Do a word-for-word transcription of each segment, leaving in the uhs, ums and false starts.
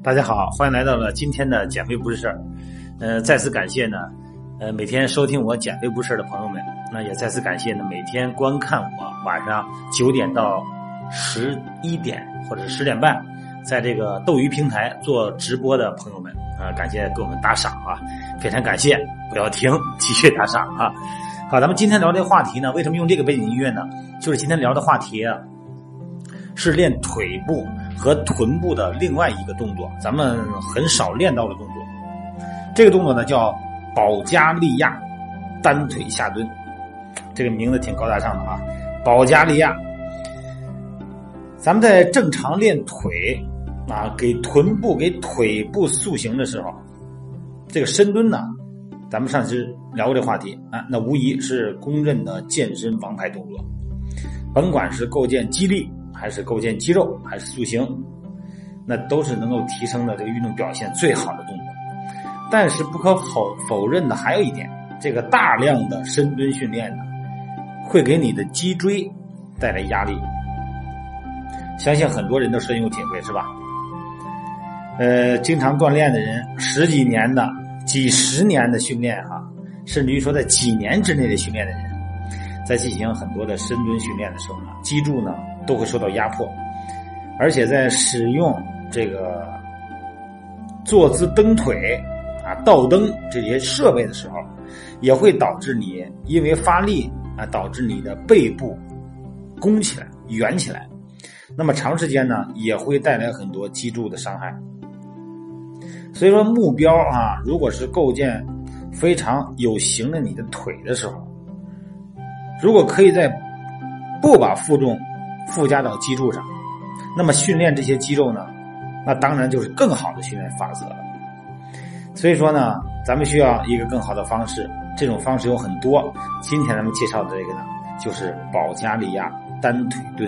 大家好，欢迎来到了今天的减肥不是事儿。呃，再次感谢呢，呃，每天收听我减肥不是事儿的朋友们。那也再次感谢呢，每天观看我晚上九点到十一点或者是十点半，在这个斗鱼平台做直播的朋友们啊、呃，感谢给我们打赏啊，非常感谢，不要停，继续打赏啊。好，咱们今天聊这个话题呢，为什么用这个背景音乐呢？就是今天聊的话题啊，是练腿部和臀部的另外一个动作，咱们很少练到的动作。这个动作呢叫保加利亚单腿下蹲，这个名字挺高大上的啊。保加利亚，咱们在正常练腿啊，给臀部给腿部塑形的时候，这个深蹲呢，咱们上次聊过这话题啊，那无疑是公认的健身王牌动作，甭管是构建肌力还是构建肌肉还是塑形，那都是能够提升的这个运动表现最好的动作。但是不可否否认的还有一点，这个大量的深蹲训练呢，会给你的脊椎带来压力，相信很多人都深有体会，是吧？呃，经常锻炼的人，十几年的几十年的训练哈、啊，甚至于说在几年之内的训练的人，在进行很多的深蹲训练的时候呢，脊柱呢都会受到压迫，而且在使用这个坐姿蹬腿啊、倒蹬这些设备的时候，也会导致你因为发力啊，导致你的背部弓起来、圆起来，那么长时间呢，也会带来很多脊柱的伤害。所以说，目标啊，如果是构建非常有型的你的腿的时候，如果可以在不把负重附加到脊柱上，那么训练这些肌肉呢，那当然就是更好的训练法则了。所以说呢，咱们需要一个更好的方式，这种方式有很多。今天咱们介绍的这个呢，就是保加利亚单腿蹲。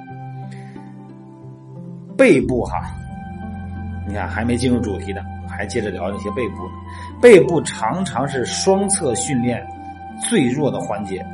背部哈，你看还没进入主题呢，还接着聊那些背部呢。背部常常是双侧训练最弱的环节。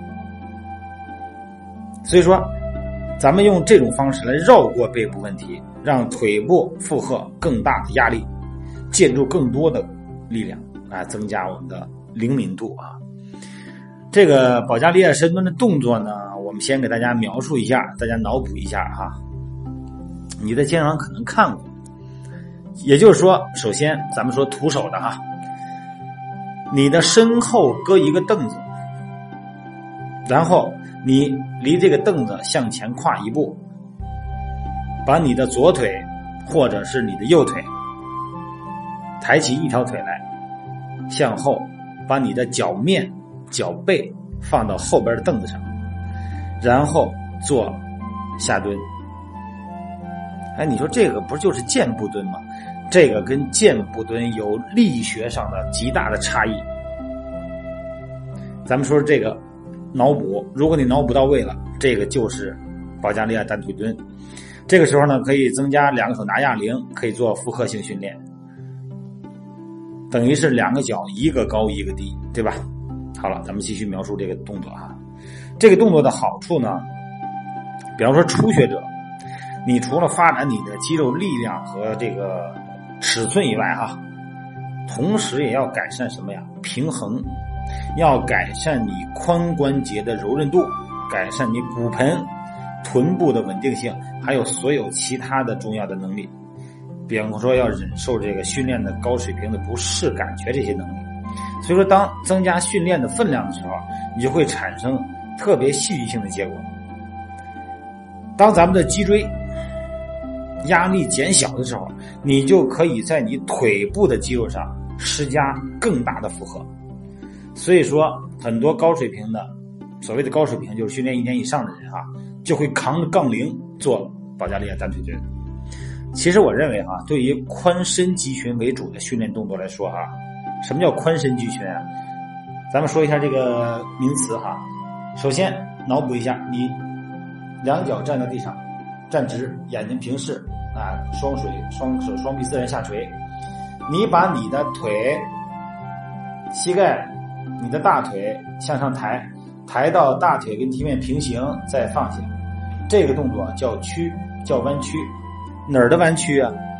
所以说，咱们用这种方式来绕过背部问题，让腿部负荷更大的压力，借助更多的力量啊，增加我们的灵敏度啊。这个保加利亚深蹲的动作呢，我们先给大家描述一下，大家脑补一下哈。你在健身房可能看过，也就是说，首先咱们说徒手的哈，你的身后搁一个凳子，然后你离这个凳子向前跨一步，把你的左腿或者是你的右腿抬起一条腿来，向后把你的脚面脚背放到后边的凳子上，然后做下蹲。哎，你说这个不就是箭步蹲吗？这个跟箭步蹲有力学上的极大的差异。咱们说这个脑补，如果你脑补到位了，这个就是保加利亚单腿蹲。这个时候呢，可以增加两个手拿哑铃，可以做复合性训练，等于是两个脚一个高一个低，对吧？好了，咱们继续描述这个动作啊。这个动作的好处呢，比方说初学者，你除了发展你的肌肉力量和这个尺寸以外哈，同时也要改善什么呀？平衡，要改善你髋关节的柔韧度，改善你骨盆、臀部的稳定性，还有所有其他的重要的能力。比方说要忍受这个训练的高水平的不适感觉这些能力。所以说当增加训练的分量的时候，你就会产生特别戏剧性的结果。当咱们的脊椎压力减小的时候，你就可以在你腿部的肌肉上施加更大的负荷。所以说很多高水平的，所谓的高水平就是训练一年以上的人啊，就会扛着杠铃做保加利亚单腿蹲。其实我认为哈，对于髋深肌群为主的训练动作来说哈，什么叫髋深肌群啊？咱们说一下这个名词哈。首先脑补一下，你两脚站在地上，站直，眼睛平视啊，双水双手双臂自然下垂。你把你的腿、膝盖、你的大腿向上抬，抬到大腿跟地面平行，再放下。这个动作叫屈，叫弯曲。哪儿的弯曲啊？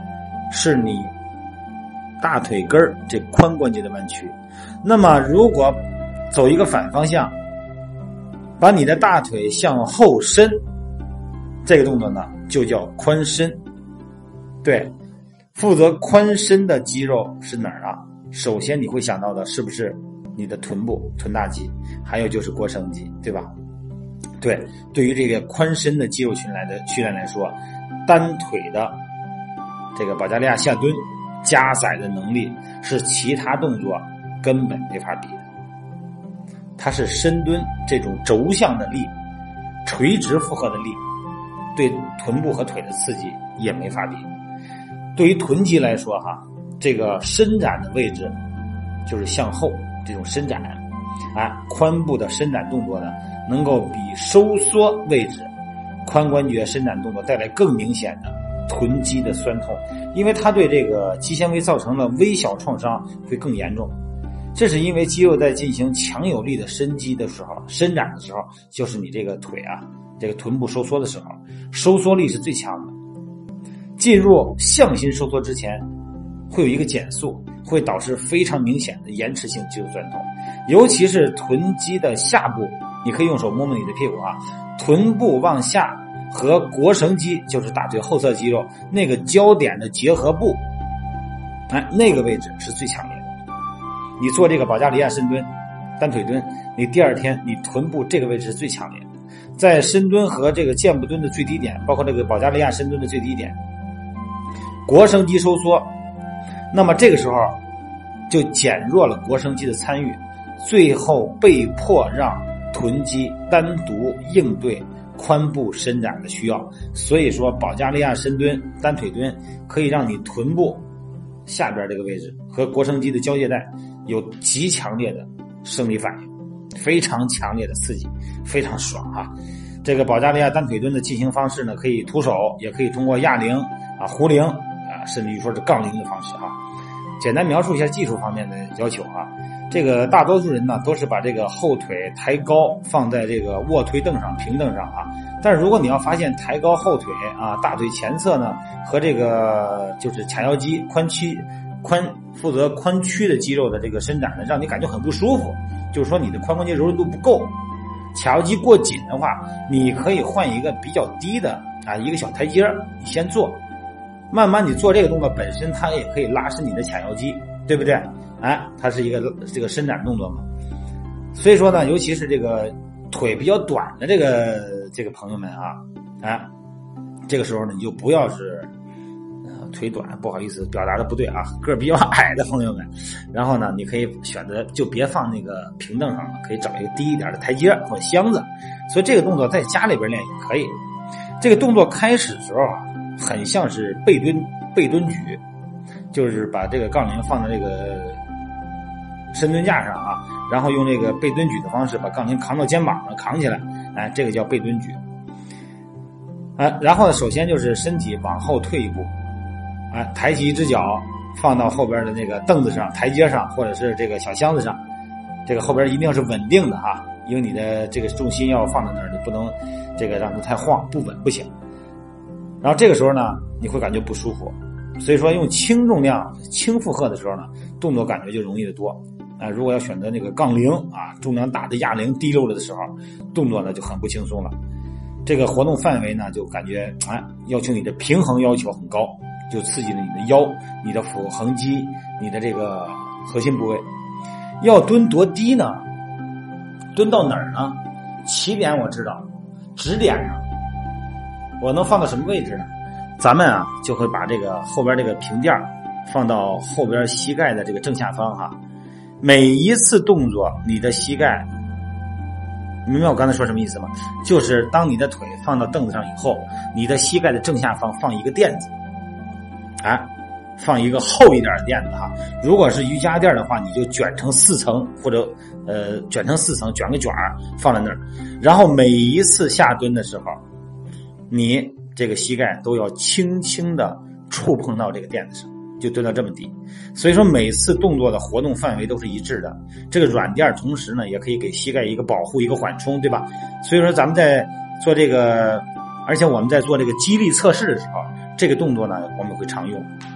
是你大腿根儿这髋关节的弯曲。那么如果走一个反方向，把你的大腿向后伸，这个动作呢就叫髋伸。对，负责髋伸的肌肉是哪儿啊？首先你会想到的是不是你的臀部臀大肌，还有就是腘绳肌，对吧？对，对于这个髋伸的肌肉群来的训练来说，单腿的这个保加利亚下蹲加载的能力是其他动作根本没法比的。它是深蹲这种轴向的力，垂直负荷的力，对臀部和腿的刺激也没法比。对于臀肌来说哈，这个伸展的位置就是向后这种伸展，啊，髋部的伸展动作呢，能够比收缩位置髋关节伸展动作带来更明显的臀肌的酸痛，因为它对这个肌纤维造成了微小创伤会更严重。这是因为肌肉在进行强有力的伸肌的时候，伸展的时候，就是你这个腿啊，这个臀部收缩的时候，收缩力是最强的。进入向心收缩之前，会有一个减速，会导致非常明显的延迟性肌肉酸痛，尤其是臀肌的下部，你可以用手摸摸你的屁股啊，臀部往下和腘绳肌，就是大腿后侧肌肉那个交点的结合部，哎，那个位置是最强烈的。你做这个保加利亚深蹲单腿蹲，你第二天你臀部这个位置是最强烈的。在深蹲和这个箭步蹲的最低点，包括这个保加利亚深蹲的最低点，腘绳肌收缩，那么这个时候就减弱了腘绳肌的参与，最后被迫让臀肌单独应对髋部伸展的需要。所以说保加利亚深蹲单腿蹲可以让你臀部下边这个位置和腘绳肌的交界带有极强烈的生理反应，非常强烈的刺激，非常爽啊！这个保加利亚单腿蹲的进行方式呢，可以徒手，也可以通过哑铃啊、壶铃啊，甚至于说是杠铃的方式啊。简单描述一下技术方面的要求啊。这个大多数人呢都是把这个后腿抬高放在这个卧推凳上、平凳上啊。但是如果你要发现抬高后腿啊，大腿前侧呢和这个就是髂腰肌、髋屈、髋负责髋屈的肌肉的这个伸展呢，让你感觉很不舒服，就是说你的髋关节柔韧度不够，髂腰肌过紧的话，你可以换一个比较低的啊一个小台阶，你先做。慢慢你做这个动作本身它也可以拉伸你的髂腰肌，对不对？哎，它是一个这个伸展动作嘛。所以说呢，尤其是这个腿比较短的这个这个朋友们啊，哎，这个时候呢你就不要是呃腿短，不好意思表达的不对啊，个儿比较矮的朋友们，然后呢你可以选择就别放那个平凳上了，可以找一个低一点的台阶或者箱子。所以这个动作在家里边练也可以。这个动作开始的时候啊，很像是背蹲背蹲举，就是把这个杠铃放在这个深蹲架上啊，然后用这个背蹲举的方式把杠铃扛到肩膀上扛起来，哎，这个叫背蹲举。哎，然后呢，首先就是身体往后退一步，哎，抬起一只脚放到后边的那个凳子上、台阶上，或者是这个小箱子上，这个后边一定要是稳定的哈，因为你的这个重心要放在那儿，你不能这个让它太晃，不稳不行。然后这个时候呢，你会感觉不舒服，所以说用轻重量、轻负荷的时候呢，动作感觉就容易得多。啊、呃，如果要选择那个杠铃啊，重量大的哑铃提溜了的时候，动作呢就很不轻松了。这个活动范围呢，就感觉啊，要求你的平衡要求很高，就刺激了你的腰、你的腹横肌、你的这个核心部位。要蹲多低呢？蹲到哪儿呢？起点我知道，指点上。我能放到什么位置呢？咱们啊就会把这个后边这个平垫放到后边膝盖的这个正下方哈。每一次动作，你的膝盖，明白我刚才说什么意思吗？就是当你的腿放到凳子上以后，你的膝盖的正下方放一个垫子，啊，放一个厚一点的垫子哈。如果是瑜伽垫的话，你就卷成四层或者呃卷成四层，卷个卷儿放在那儿。然后每一次下蹲的时候，你这个膝盖都要轻轻的触碰到这个垫子上，就蹲到这么低。所以说每次动作的活动范围都是一致的。这个软垫同时呢，也可以给膝盖一个保护，一个缓冲，对吧？所以说咱们在做这个，而且我们在做这个肌力测试的时候，这个动作呢我们会常用。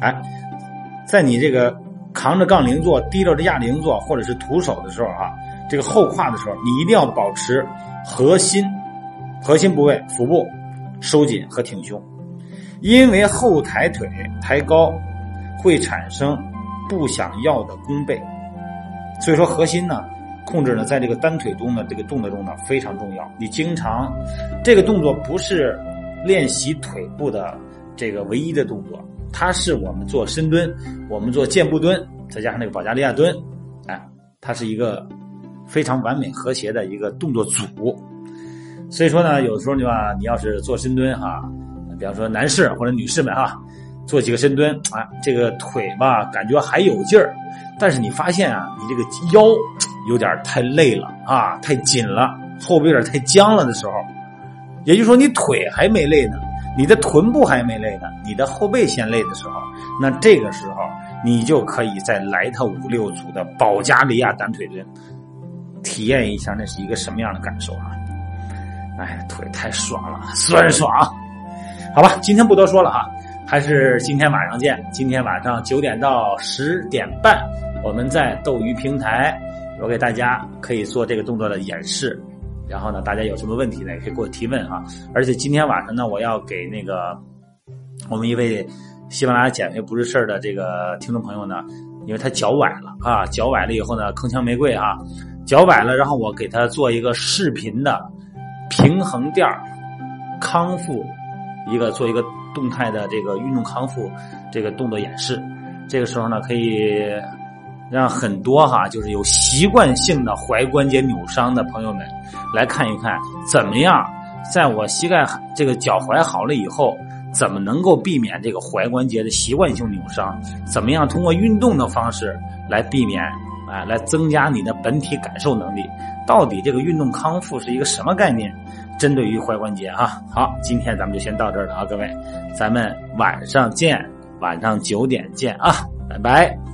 哎，在你这个扛着杠铃做、提着哑铃做，或者是徒手的时候啊，这个后胯的时候，你一定要保持核心核心部位腹部收紧和挺胸，因为后抬腿抬高会产生不想要的弓背，所以说核心呢控制呢在这个单腿中的这个动作中呢非常重要。你经常这个动作不是练习腿部的这个唯一的动作，它是我们做深蹲，我们做箭步蹲，再加上那个保加利亚蹲，哎，它是一个非常完美和谐的一个动作组。所以说呢，有时候你吧，你要是做深蹲哈，比方说男士或者女士们哈，做几个深蹲啊，这个腿吧感觉还有劲儿，但是你发现啊，你这个腰有点太累了啊，太紧了，后背有点太僵了的时候，也就是说你腿还没累呢，你的臀部还没累呢，你的后背先累的时候，那这个时候你就可以再来套五六组的保加利亚单腿蹲，体验一下那是一个什么样的感受啊！哎，腿太爽了，酸爽。好吧，今天不多说了哈，还是今天晚上见。今天晚上九点到十点半，我们在斗鱼平台，我给大家可以做这个动作的演示。然后呢，大家有什么问题呢，也可以给我提问哈。而且今天晚上呢，我要给那个我们一位喜马拉雅减肥不是事儿的这个听众朋友呢，因为他脚崴了啊，脚崴了以后呢，铿锵玫瑰啊，脚崴了，然后我给他做一个视频的平衡垫康复，一个做一个动态的这个运动康复这个动作演示。这个时候呢，可以让很多哈，就是有习惯性的踝关节扭伤的朋友们来看一看，怎么样在我膝盖这个脚踝好了以后，怎么能够避免这个踝关节的习惯性扭伤？怎么样通过运动的方式来避免，哎，来增加你的本体感受能力？到底这个运动康复是一个什么概念？针对于踝关节哈。好，今天咱们就先到这儿了啊，各位，咱们晚上见，晚上九点见啊，拜拜。